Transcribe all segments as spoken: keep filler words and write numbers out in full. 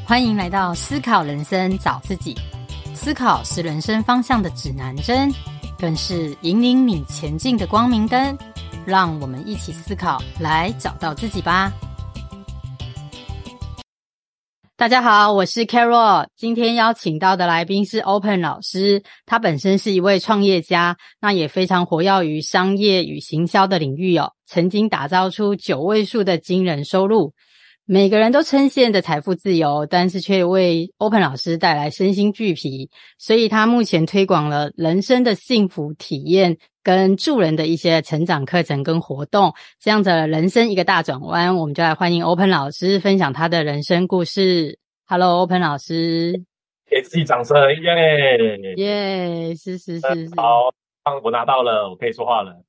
欢迎来到思考人生找自己。思考是人生方向的指南针，更是引领你前进的光明灯。让我们一起思考，来找到自己吧。大家好，我是 Carol， 今天邀请到的来宾是 Open 老师，他本身是一位创业家，那也非常活跃于商业与行销的领域哦，曾经打造出九位数的惊人收入。每个人都称羡的财富自由，但是却为 Open 老师带来身心俱疲，所以他目前推广了人生的幸福体验跟助人的一些成长课程跟活动，这样的人生一个大转弯，我们就来欢迎 Open 老师分享他的人生故事。Hello Open 老师， 给自己掌声，耶耶，是是是是， 好，我拿到了，我可以说话了。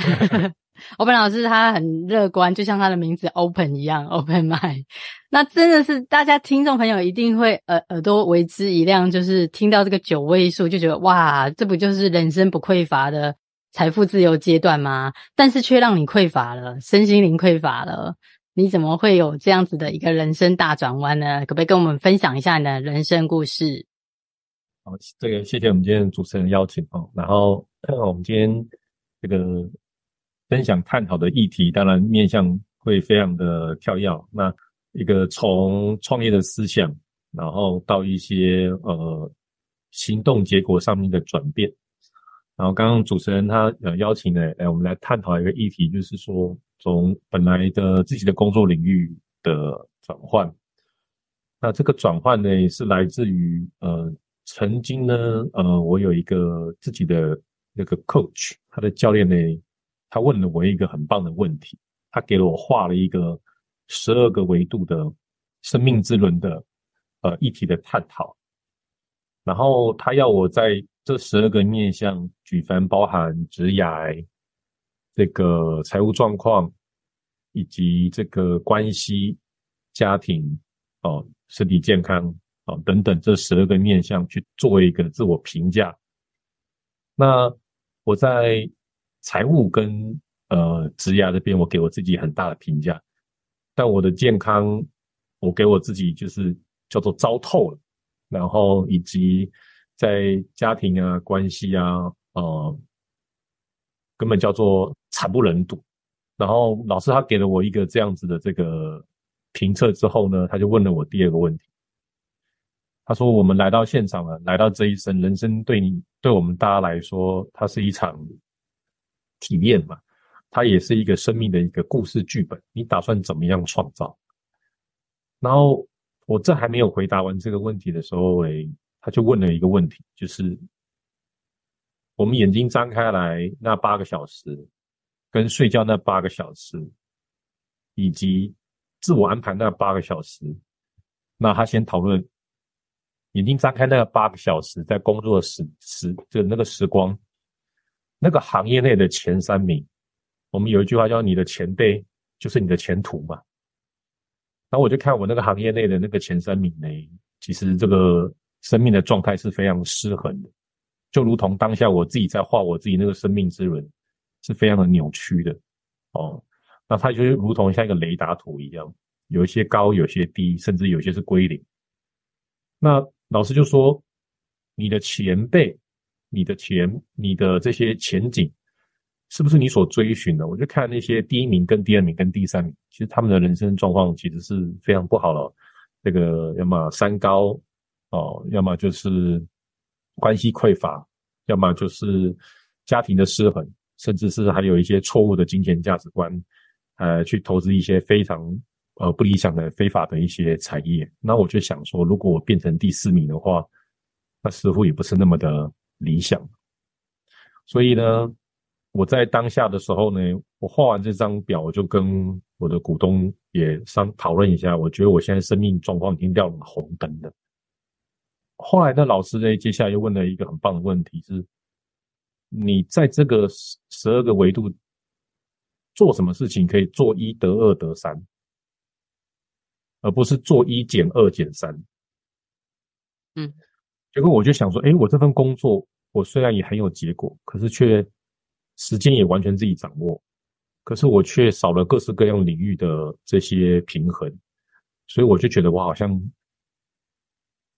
Open 老师他很乐观，就像他的名字 Open 一样 Open Mind。 那真的是大家听众朋友一定会耳耳朵为之一亮，就是听到这个九位数就觉得哇，这不就是人生不匮乏的财富自由阶段吗？但是却让你匮乏了，身心灵匮乏了，你怎么会有这样子的一个人生大转弯呢？可不可以跟我们分享一下你的人生故事？ 好，这个谢谢我们今天的主持人邀请哦。然后我们今天这个分享探讨的议题，当然面向会非常的跳跃。那一个从创业的思想，然后到一些呃行动结果上面的转变。然后刚刚主持人他呃邀请呢，哎，我们来探讨一个议题，就是说从本来的自己的工作领域的转换。那这个转换呢，是来自于呃曾经呢，呃我有一个自己的那个 coach， 他的教练呢。他问了我一个很棒的问题，他给了我画了一个十二个维度的生命之轮的呃议题的探讨，然后他要我在这十二个面向举凡包含职涯、这个财务状况以及这个关系、家庭、哦身体健康哦等等这十二个面向去做一个自我评价。那我在财务跟呃职业这边，我给我自己很大的评价，但我的健康，我给我自己就是叫做糟透了，然后以及在家庭啊、关系啊，呃，根本叫做惨不忍睹。然后老师他给了我一个这样子的这个评测之后呢，他就问了我第二个问题，他说：“我们来到现场了，来到这一生，人生对你对我们大家来说，它是一场。”体验嘛，它也是一个生命的一个故事剧本，你打算怎么样创造？然后我这还没有回答完这个问题的时候，诶，他就问了一个问题，就是我们眼睛张开来那八个小时，跟睡觉那八个小时，以及自我安排那八个小时，那他先讨论眼睛张开那八个小时在工作的时时就那个时光。那个行业内的前三名，我们有一句话叫你的前辈就是你的前途嘛。然后我就看我那个行业内的那个前三名呢，其实这个生命的状态是非常失衡的，就如同当下我自己在画我自己那个生命之轮是非常的扭曲的哦。那它就如同像一个雷达图一样，有一些高，有些低，甚至有些是归零。那老师就说，你的前辈你的前你的这些前景是不是你所追寻的？我就看那些第一名跟第二名跟第三名，其实他们的人生状况其实是非常不好了。这个要么三高哦，要么就是关系匮乏，要么就是家庭的失衡，甚至是还有一些错误的金钱价值观，呃，去投资一些非常呃不理想的非法的一些产业。那我就想说，如果我变成第四名的话，那似乎也不是那么的理想。所以呢，我在当下的时候呢，我画完这张表，我就跟我的股东也商讨论一下，我觉得我现在生命状况已经亮了红灯了。后来呢，老师呢，接下来又问了一个很棒的问题，是你在这个十二个维度做什么事情可以做一得二得三，而不是做一减二减三。 嗯， 结果我就想说，诶，我这份工作我虽然也很有结果，可是却时间也完全自己掌握，可是我却少了各式各样领域的这些平衡，所以我就觉得我好像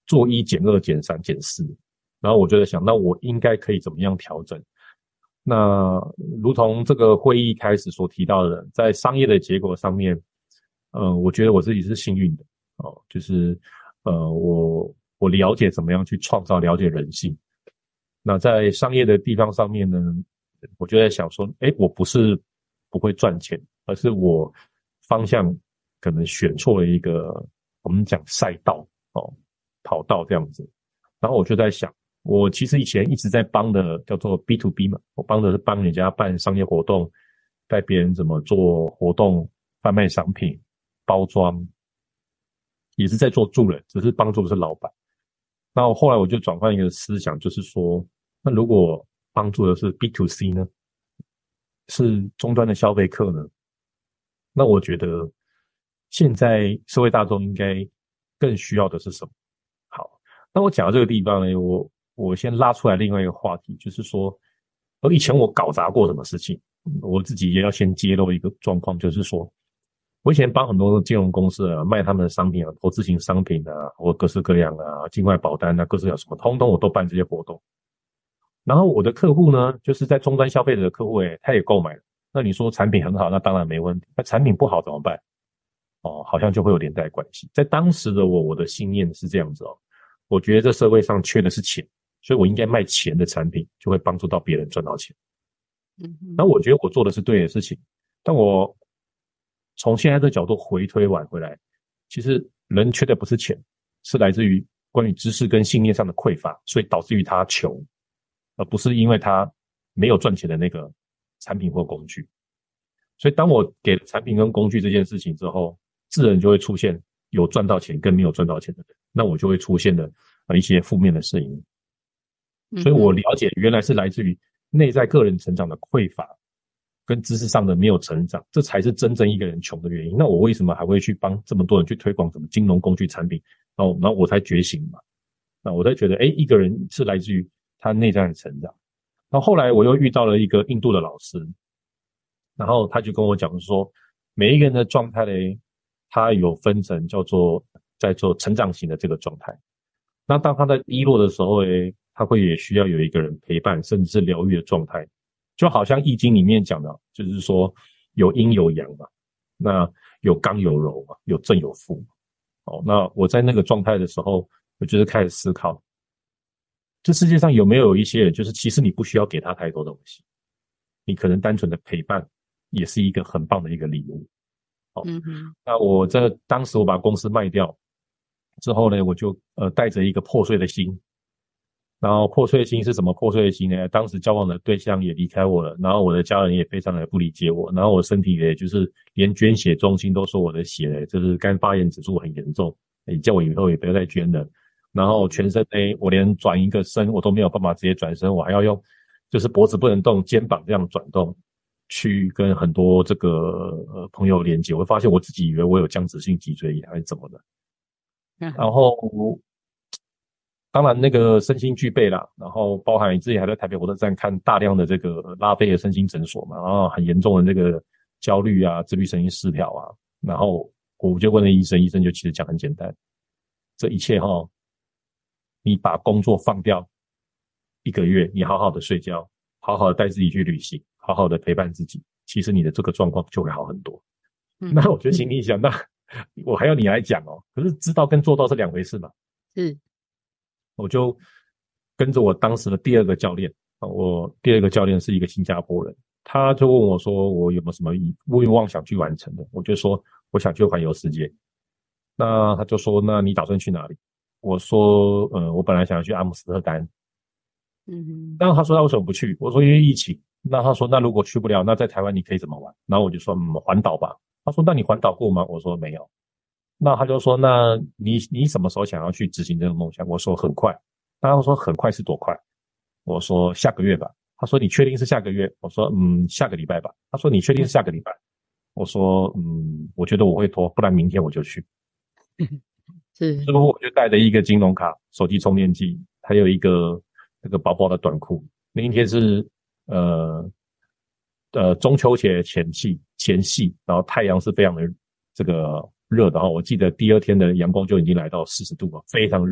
做一减二减三减四，然后我就在想，那我应该可以怎么样调整？那如同这个会议开始所提到的，在商业的结果上面，呃，我觉得我自己是幸运的哦，就是呃，我我了解怎么样去创造，了解人性。那在商业的地方上面呢，我就在想说，诶，我不是不会赚钱，而是我方向可能选错了一个我们讲赛道哦，跑道这样子。然后我就在想，我其实以前一直在帮的叫做 B to B 嘛，我帮的是帮人家办商业活动，带别人怎么做活动、贩卖商品、包装，也是在做助人，只是帮助的是老板。然后后来我就转换一个思想，就是说，那如果帮助的是 B to C 呢？是终端的消费客呢？那我觉得现在社会大众应该更需要的是什么？好，那我讲到这个地方呢，我我先拉出来另外一个话题，就是说，而以前我搞砸过什么事情，我自己也要先揭露一个状况，就是说，我以前帮很多金融公司啊卖他们的商品啊，投资型商品啊，或各式各样啊，境外保单啊，各式各样什么，通通我都办这些活动。然后我的客户呢，就是在终端消费者的客户，诶，他也购买了。那你说产品很好，那当然没问题。那产品不好怎么办？哦，好像就会有连带关系。在当时的我，我的信念是这样子哦，我觉得这社会上缺的是钱，所以我应该卖钱的产品，就会帮助到别人赚到钱。嗯，那我觉得我做的是对的事情，但我从现在的角度回推挽回来，其实人缺的不是钱，是来自于关于知识跟信念上的匮乏，所以导致于他穷，而不是因为他没有赚钱的那个产品或工具。所以当我给了产品跟工具这件事情之后，自然就会出现有赚到钱跟没有赚到钱的人，那我就会出现了一些负面的声音。所以我了解原来是来自于内在个人成长的匮乏跟知识上的没有成长，这才是真正一个人穷的原因。那我为什么还会去帮这么多人去推广什么金融工具产品？然后，然后我才觉醒嘛。那我才觉得，诶，一个人是来自于他内在的成长。然后后来我又遇到了一个印度的老师，然后他就跟我讲说，每一个人的状态呢，他有分成叫做在做成长型的这个状态。那当他在低落的时候呢，他会也需要有一个人陪伴，甚至是疗愈的状态。就好像易经里面讲的，就是说有阴有阳嘛，那有刚有柔嘛，有正有负。哦，那我在那个状态的时候，我就是开始思考，这世界上有没有一些人，就是其实你不需要给他太多东西，你可能单纯的陪伴也是一个很棒的一个礼物。哦，嗯哼，那我在当时我把公司卖掉之后呢，我就呃带着一个破碎的心。然后破碎心是什么破碎的心呢？当时交往的对象也离开我了，然后我的家人也非常的不理解我，然后我身体也就是连捐血中心都说我的血就是肝发炎指数很严重，也叫我以后也不要再捐了。然后全身呢，我连转一个身我都没有办法直接转身，我还要用就是脖子不能动，肩膀这样转动，去跟很多这个呃朋友连接。我会发现我自己以为我有僵直性脊椎炎还是怎么的，然后。当然那个身心俱备啦，然后包含你自己还在台北火车站看大量的这个拉菲的身心诊所嘛，然后很严重的那个焦虑啊、自律神经失调啊，然后我就问了医生，医生就其实讲很简单，这一切齁，你把工作放掉一个月，你好好的睡觉，好好的带自己去旅行，好好的陪伴自己，其实你的这个状况就会好很多。嗯、那我就心里想，那我还要你来讲哦，可是知道跟做到是两回事嘛。是。我就跟着我当时的第二个教练，我第二个教练是一个新加坡人，他就问我说我有没有什么愿望想去完成的，我就说我想去环游世界。那他就说那你打算去哪里？我说呃，我本来想要去阿姆斯特丹。嗯哼。然后他说他为什么不去？我说因为疫情。那他说那如果去不了，那在台湾你可以怎么玩？然后我就说嗯，环岛吧。他说那你环岛过吗？我说没有。那他就说那你你什么时候想要去执行这个梦想？我说很快。那他说很快是多快？我说下个月吧。他说你确定是下个月？我说嗯，下个礼拜吧。他说你确定是下个礼拜？我说嗯，我觉得我会拖，不然明天我就去。是，所以我就带着一个金融卡、手机充电器，还有一个那个薄薄的短裤。那一天是呃呃中秋节前夕前夕，然后太阳是非常的这个热的哈，我记得第二天的阳光就已经来到四十度了，非常热。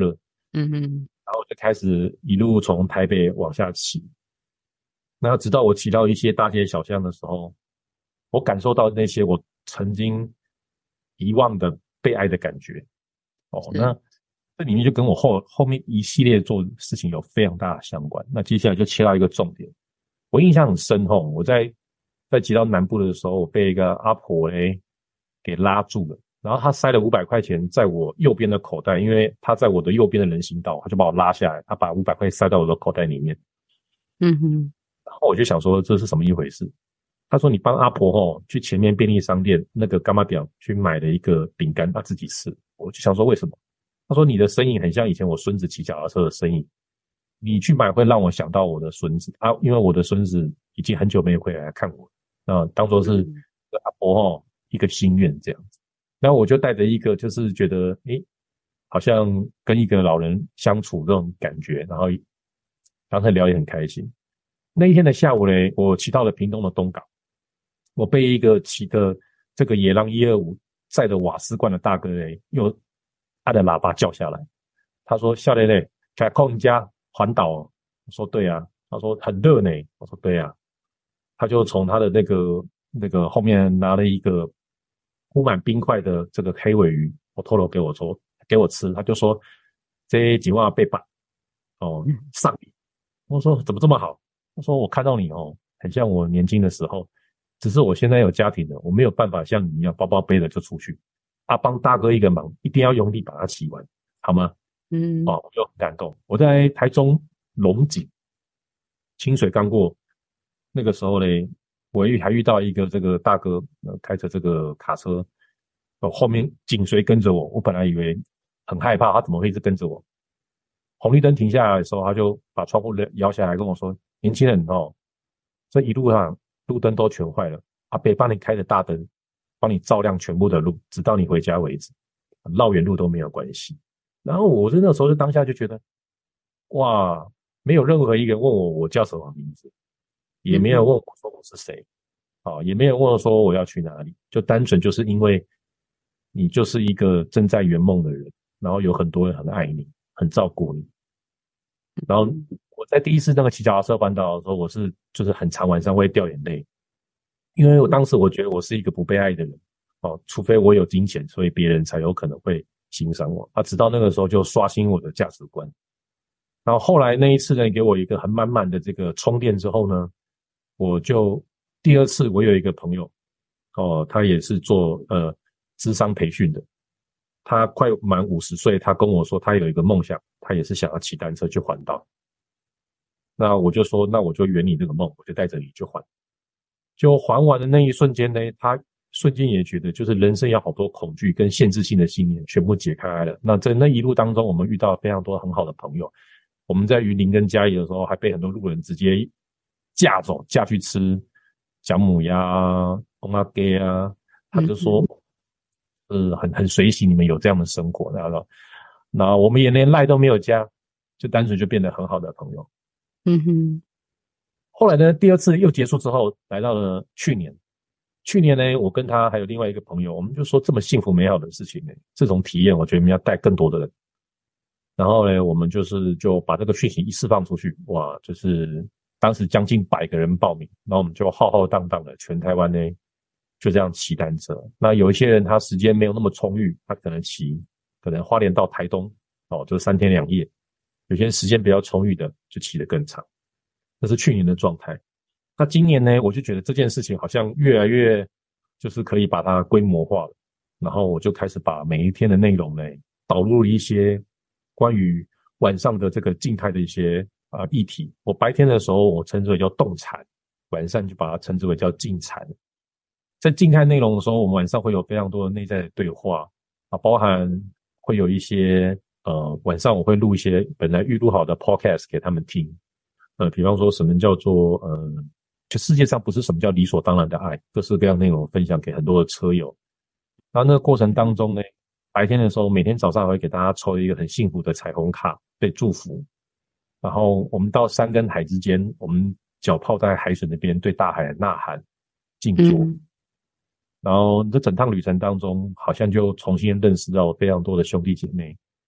嗯哼， 然后我就开始一路从台北往下骑，然后直到我骑到一些大街小巷的时候，我感受到那些我曾经遗忘的被爱的感觉。哦，那这里面就跟我后后面一系列做的事情有非常大的相关。那接下来就切到一个重点，我印象很深吼，我在在骑到南部的时候，我被一个阿婆嘞给拉住了，然后他塞了五百块钱在我右边的口袋，因为他在我的右边的人行道，他就把我拉下来，他把五百块塞到我的口袋里面。 嗯哼， 然后我就想说这是什么一回事？他说你帮阿婆吼去前面便利商店那个干妈表去买了一个饼干，他自己吃。我就想说为什么？他说你的身影很像以前我孙子骑脚踏车的身影，你去买会让我想到我的孙子啊，因为我的孙子已经很久没有回来看我，那当作是阿婆吼一个心愿这样子。然后我就带着一个就是觉得诶好像跟一个老人相处这种感觉，然后刚才聊也很开心。那一天的下午嘞，我骑到了屏东的东港，我被一个骑的这个野狼一二五载着瓦斯罐的大哥嘞，又按着喇叭叫下来。他说：“少年嘞，开空家环岛哦。”我说：“对啊。”他说：“很热呢。”我说：“对啊。”他就从他的那个那个后面拿了一个铺满冰块的这个黑尾鱼，我偷偷给我说给我吃。他就说：“这几万被绑哦，上瘾。”我说：“怎么这么好？”他说：“我看到你哦，很像我年轻的时候。”只是我现在有家庭了，我没有办法像你一样包包背了就出去。啊，帮大哥一个忙，一定要用力把它骑完，好吗？ 嗯， 哦，我就很感动。我在台中龙井清水刚过，那个时候嘞，我还遇到一个这个大哥，呃，开着这个卡车，哦，后面紧随跟着我。我本来以为很害怕，他怎么会一直跟着我？红绿灯停下来的时候，他就把窗户摇下来跟我说：“年轻人哦，这一路上。”路灯都全坏了，阿伯帮你开着大灯，帮你照亮全部的路，直到你回家为止，绕远路都没有关系。然后我那时候就当下就觉得，哇，没有任何一个人问我我叫什么名字，也没有问我说我是谁，啊，也没有问我说我要去哪里，就单纯就是因为你就是一个正在圆梦的人，然后有很多人很爱你，很照顾你，然后。我在第一次那个骑脚踏车环岛的时候，我是就是很长晚上会掉眼泪，因为我当时我觉得我是一个不被爱的人哦，除非我有金钱，所以别人才有可能会欣赏我啊。直到那个时候就刷新我的价值观。然后后来那一次呢，给我一个很满满的这个充电之后呢，我就第二次我有一个朋友哦，他也是做呃諮商培训的，他快满五十岁，他跟我说他有一个梦想，他也是想要骑单车去环岛。那我就说，那我就圆你这个梦，我就带着你去还。就还完的那一瞬间呢，他瞬间也觉得，就是人生有好多恐惧跟限制性的信念全部解开了。那在那一路当中，我们遇到非常多很好的朋友。我们在云林跟嘉义的时候，还被很多路人直接架走，架去吃姜母鸭啊、翁阿给啊。他就说，呃，很很随喜你们有这样的生活，然后，那我们也连赖都没有加，就单纯就变得很好的朋友。 嗯哼， 后来呢，第二次又结束之后，来到了去年。去年呢，我跟他还有另外一个朋友，我们就说这么幸福美好的事情呢，这种体验，我觉得我们要带更多的人。然后呢，我们就是就把这个讯息一释放出去，哇，就是当时将近百个人报名，然后我们就浩浩荡荡的全台湾呢就这样骑单车。那有一些人他时间没有那么充裕，他可能骑，可能花莲到台东哦，就是三天两夜。有些人时间比较充裕的，就骑得更长。这是去年的状态。那今年呢，我就觉得这件事情好像越来越就是可以把它规模化了。然后我就开始把每一天的内容呢，导入一些关于晚上的这个静态的一些啊、呃、议题。我白天的时候我称之为叫动禅，晚上就把它称之为叫静禅。在静态内容的时候，我们晚上会有非常多的内在的对话啊，包含会有一些呃晚上我会录一些本来预录好的 podcast 给他们听。呃，比方说什么叫做呃，就世界上不是什么叫理所当然的爱，各式各样内容分享给很多的车友。然后那个过程当中呢，白天的时候每天早上还会给大家抽一个很幸福的彩虹卡，被祝福。然后我们到山跟海之间，我们脚泡在海水那边，对大海呐喊、静坐。嗯、然后这整趟旅程当中，好像就重新认识到非常多的兄弟姐妹。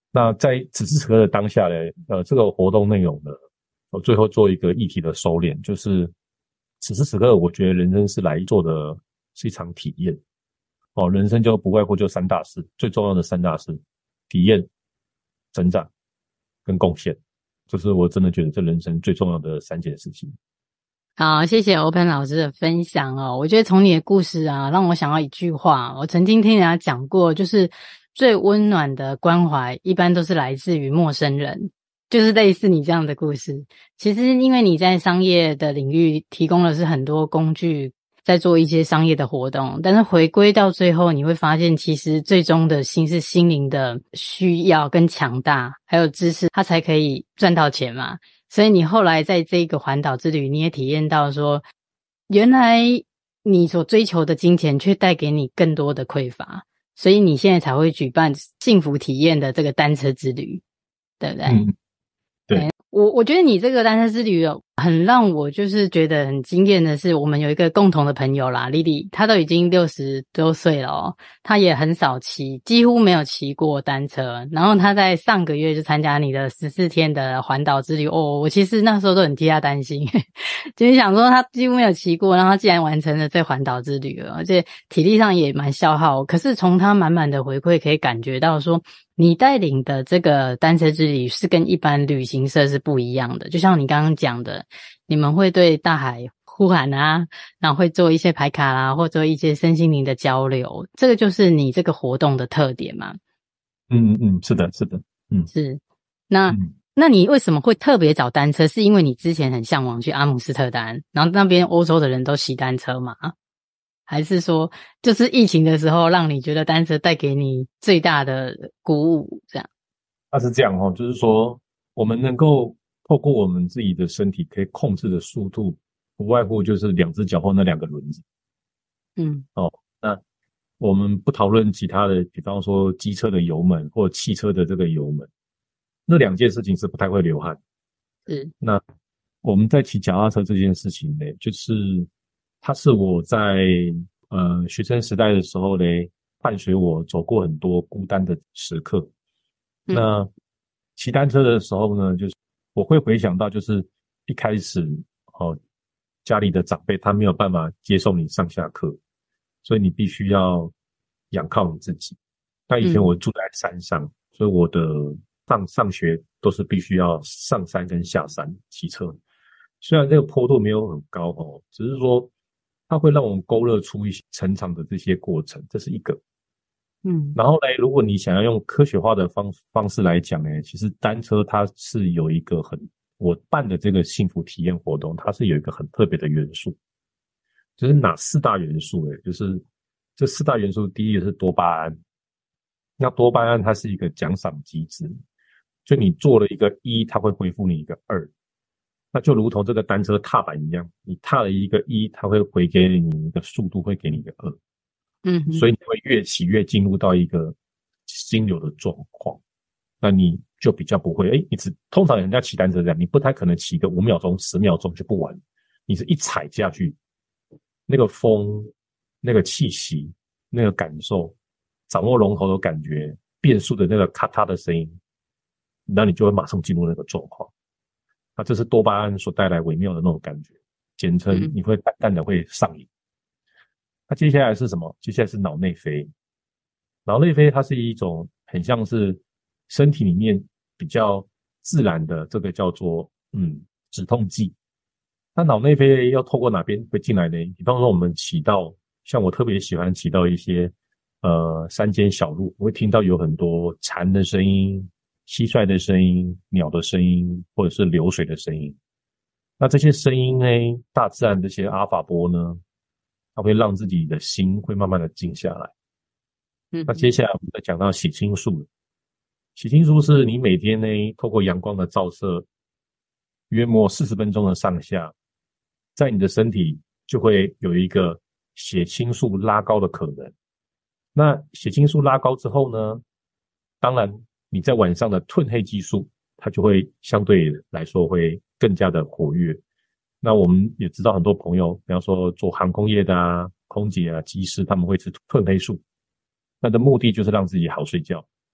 那在此时此刻的当下呢，呃，这个活动内容呢，我最后做一个议题的收敛，就是此时此刻，我觉得人生是来做的是一场体验。哦，人生就不外乎就三大事，最重要的三大事：体验、成长跟贡献。这是我真的觉得这人生最重要的三件事情。 好，谢谢 Open 老师的分享哦。我觉得从你的故事啊，让我想到一句话，我曾经听人家讲过，就是最温暖的关怀，一般都是来自于陌生人，就是类似你这样的故事。其实因为你在商业的领域提供的是很多工具，在做一些商业的活动，但是回归到最后，你会发现其实最终的心是心灵的需要跟强大，还有知识，它才可以赚到钱嘛。所以你后来在这个环岛之旅，你也体验到说，原来你所追求的金钱却带给你更多的匮乏，所以你现在才会举办幸福体验的这个单车之旅，对不对？ 嗯，对。 我我觉得你这个单车之旅有很让我就是觉得很惊艳的是，我们有一个共同的朋友啦 Lily， 她都已经六十多岁了哦，她也很少骑，几乎没有骑过单车。然后她在上个月就参加你的十四天的环岛之旅哦，我其实那时候都很替她担心，就是想说她几乎没有骑过，然后她既然完成了这环岛之旅了，而且体力上也蛮消耗。可是从她满满的回馈可以感觉到说，你带领的这个单车之旅是跟一般旅行社是不一样的，就像你刚刚讲的，你们会对大海呼喊啊，然后会做一些牌卡啦，或做一些身心灵的交流，这个就是你这个活动的特点嘛。 嗯嗯嗯，是的，是的，嗯， 是。那、 嗯、 那你为什么会特别找单车？是因为你之前很向往去阿姆斯特丹，然后那边欧洲的人都骑单车吗？还是说就是疫情的时候让你觉得单车带给你最大的鼓舞这样？ 它是这样哦，就是说我们能够透过我们自己的身体可以控制的速度，不外乎就是两只脚后那两个轮子。 嗯， 哦，那我们不讨论其他的，比方说机车的油门或汽车的这个油门，那两件事情是不太会流汗。 是。 那我们在骑脚踏车这件事情呢，就是它是我在呃学生时代的时候呢，伴随我走过很多孤单的时刻。 嗯、 那骑单车的时候呢，就是我会回想到，就是一开始哦，家里的长辈他没有办法接送你上下课，所以你必须要仰靠你自己。那以前我住在山上，嗯、所以我的上上学都是必须要上山跟下山骑车。虽然这个坡度没有很高哦，只是说它会让我们勾勒出一些成长的这些过程，这是一个。 嗯， 然后呢，如果你想要用科学化的方方式来讲呢，其实单车它是有一个很，我办的这个幸福体验活动，它是有一个很特别的元素，就是哪四大元素呢？就是这四大元素，第一个是多巴胺。那多巴胺它是一个奖赏机制，就你做了一个一，它会回复你一个二。那就如同这个单车踏板一样，你踏了一个一，它会回给你一个速度，会给你一个二。 嗯， 所以你会越骑越进入到一个心流的状况，那你就比较不会，诶，你只通常人家骑单车这样，你不太可能骑个五秒钟、十秒钟就不完，你是一踩下去，那个风、那个气息、那个感受、掌握龙头的感觉、变速的那个咔嗒的声音，那你就会马上进入那个状况。那这是多巴胺所带来微妙的那种感觉，简称你会淡淡的会上瘾。那接下来是什么？接下来是脑内啡。脑内啡它是一种很像是身体里面比较自然的这个叫做嗯止痛剂。那脑内啡要透过哪边会进来呢？比方说我们骑到，像我特别喜欢骑到一些呃山间小路，我会听到有很多蝉的声音、蟋蟀的声音、鸟的声音，或者是流水的声音。那这些声音呢，大自然这些阿法波呢，它会让自己的心会慢慢的静下来。嗯，那接下来我们再讲到血清素。血清素是你每天呢，透过阳光的照射，约莫四十分钟的上下，在你的身体就会有一个血清素拉高的可能。那血清素拉高之后呢，当然你在晚上的褪黑激素，它就会相对来说会更加的活跃。那我们也知道很多朋友，比方说做航空业的啊、空姐啊、机师，他们会吃褪黑素，那的目的就是让自己好睡觉。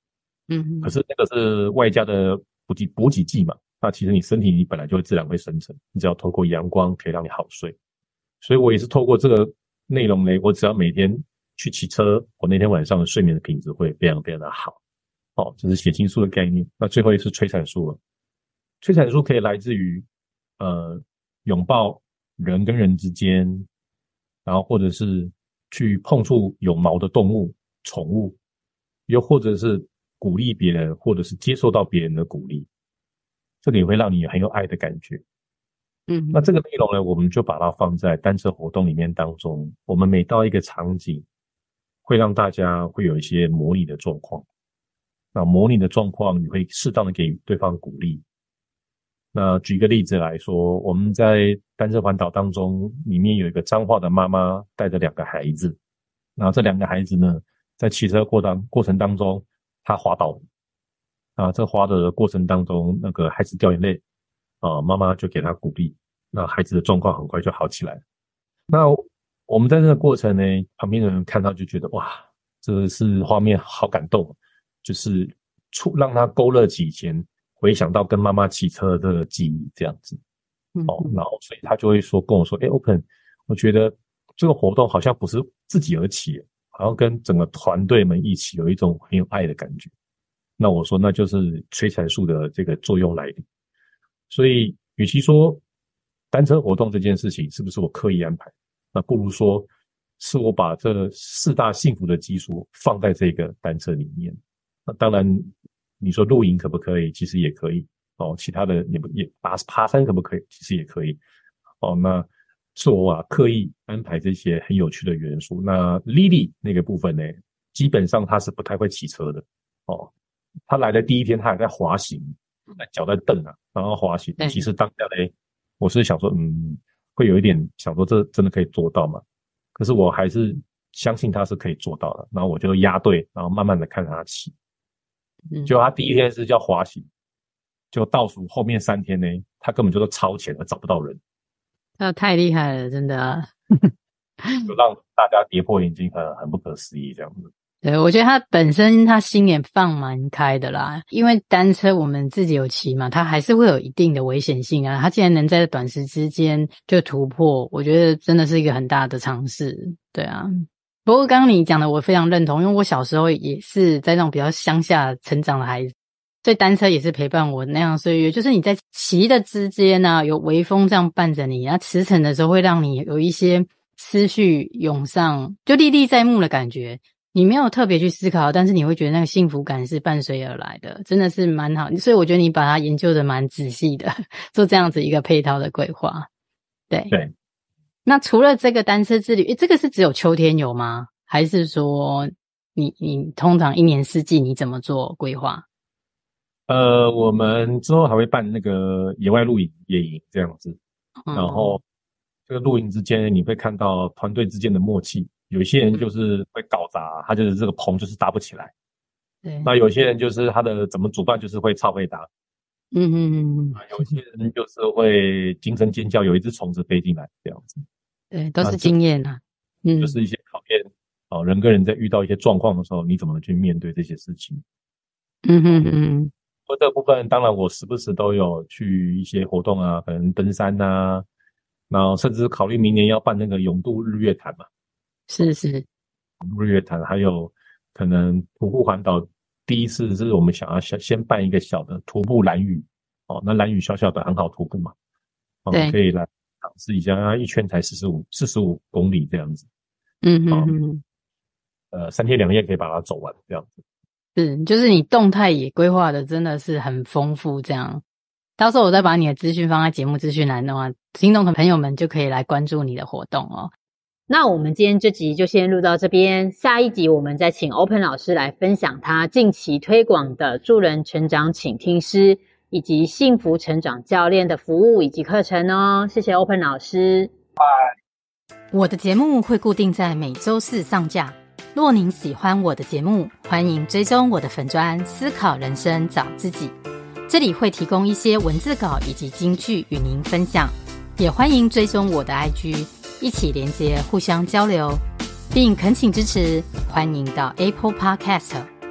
嗯， 可是那个是外加的补给补给剂嘛，那其实你身体你本来就会自然会生成，你只要透过阳光可以让你好睡。所以我也是透过这个内容呢，我只要每天去骑车，我那天晚上的睡眠的品质会非常非常的好。哦，这是血清素的概念。那最后一是催产素了。催产素可以来自于呃拥抱人跟人之间，然后或者是去碰触有毛的动物、宠物，又或者是鼓励别人，或者是接受到别人的鼓励，这个也会让你很有爱的感觉。 嗯， 那这个内容呢，我们就把它放在单车活动里面当中。我们每到一个场景，会让大家会有一些模拟的状况。那模拟的状况，你会适当的给予对方鼓励。那举一个例子来说，我们在单车环岛当中，里面有一个彰化的妈妈带着两个孩子，然后这两个孩子呢，在骑车过当过程当中，他滑倒了，啊，这滑的过程当中，那个孩子掉眼泪，啊，妈妈就给他鼓励，那孩子的状况很快就好起来了。那我们在这个过程呢，旁边的人看到就觉得哇，这是画面好感动，就是触让他勾勒起以前回想到跟妈妈骑车的记忆这样子。哦，然后所以他就会说跟我说，诶 Open， 我觉得这个活动好像不是自己而起，好像跟整个团队们一起有一种很有爱的感觉。那我说那就是催产素的这个作用来临。所以与其说单车活动这件事情是不是我刻意安排，那不如说是我把这四大幸福的基础放在这个单车里面。那当然你说露营可不可以，其实也可以哦，其他的也也爬爬山可不可以，其实也可以哦。那是我啊刻意安排这些很有趣的元素。那 Lily 那个部分呢，基本上她是不太会骑车的哦，她来的第一天她还在滑行，脚在蹬啊，然后滑行。其实当下呢，我是想说嗯会有一点想说这真的可以做到吗？可是我还是相信她是可以做到的，然后我就压队，然后慢慢的看她骑。就他第一天是叫滑行，就倒数后面三天呢，他根本就是超前了，找不到人。 他太厉害了，真的， 就让大家跌破眼镜，很很不可思议这样子。 对，我觉得他本身他心也放蛮开的啦，因为单车我们自己有骑嘛，他还是会有一定的危险性啊。他既然能在短时之间就突破，我觉得真的是一个很大的尝试。对啊。不过刚刚你讲的我非常认同，因为我小时候也是在那种比较乡下成长的孩子，所以单车也是陪伴我那样岁月。就是你在骑的之间啊，有微风这样伴着你，那驰骋的时候会让你有一些思绪涌上，就历历在目的感觉。你没有特别去思考，但是你会觉得那个幸福感是伴随而来的，真的是蛮好。所以我觉得你把它研究的蛮仔细的，做这样子一个配套的规划。对对。 那除了这个单车之旅，诶，这个是只有秋天有吗？还是说你你通常一年四季你怎么做规划？ 呃，我们之后还会办那个野外露营、野营这样子，嗯、然后这个露营之间你会看到团队之间的默契，有一些人就是会搞砸，他就是这个棚就是搭不起来，对，那有些人就是他的怎么主办就是会超会搭，嗯嗯嗯，有些人就是会惊声尖叫，有一只虫子飞进来这样子。 对，都是经验啊， 嗯，就是一些考验哦，人跟人在遇到一些状况的时候，你怎么去面对这些事情？ 嗯哼哼。 而这个部分，当然我时不时都有去一些活动啊，可能登山啊，然后甚至考虑明年要办那个泳渡日月潭嘛。 是是， 日月潭还有可能徒步环岛，第一次是我们想要先先办一个小的徒步兰屿哦，那兰屿小小的很好徒步嘛，哦，对，可以来尝试一下，一圈才四十五四十五公里这样子。嗯嗯嗯，呃，三天两夜可以把它走完这样子。 是，就是你动态也规划的真的是很丰富这样。到时候我再把你的资讯放在节目资讯栏的话，听众的朋友们就可以来关注你的活动哦。那我们今天这集就先录到这边，下一集我们再请 Open 老师来分享他近期推广的助人成长倾听师以及幸福成长教练的服务以及课程哦。谢谢 Open 老师。拜。我的节目会固定在每周四上架。若您喜欢我的节目，欢迎追踪我的粉专思考人生找自己，这里会提供一些文字稿以及金句与您分享，也欢迎追踪我的 I G， 一起连接互相交流，并恳请支持，欢迎到 Apple Podcast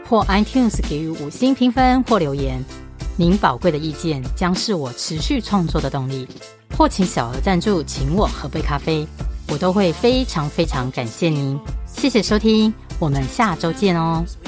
或 iTunes 给予五星评分或留言。您宝贵的意见将是我持续创作的动力，或请小额赞助请我喝杯咖啡，我都会非常非常感谢您。谢谢收听，我们下周见哦。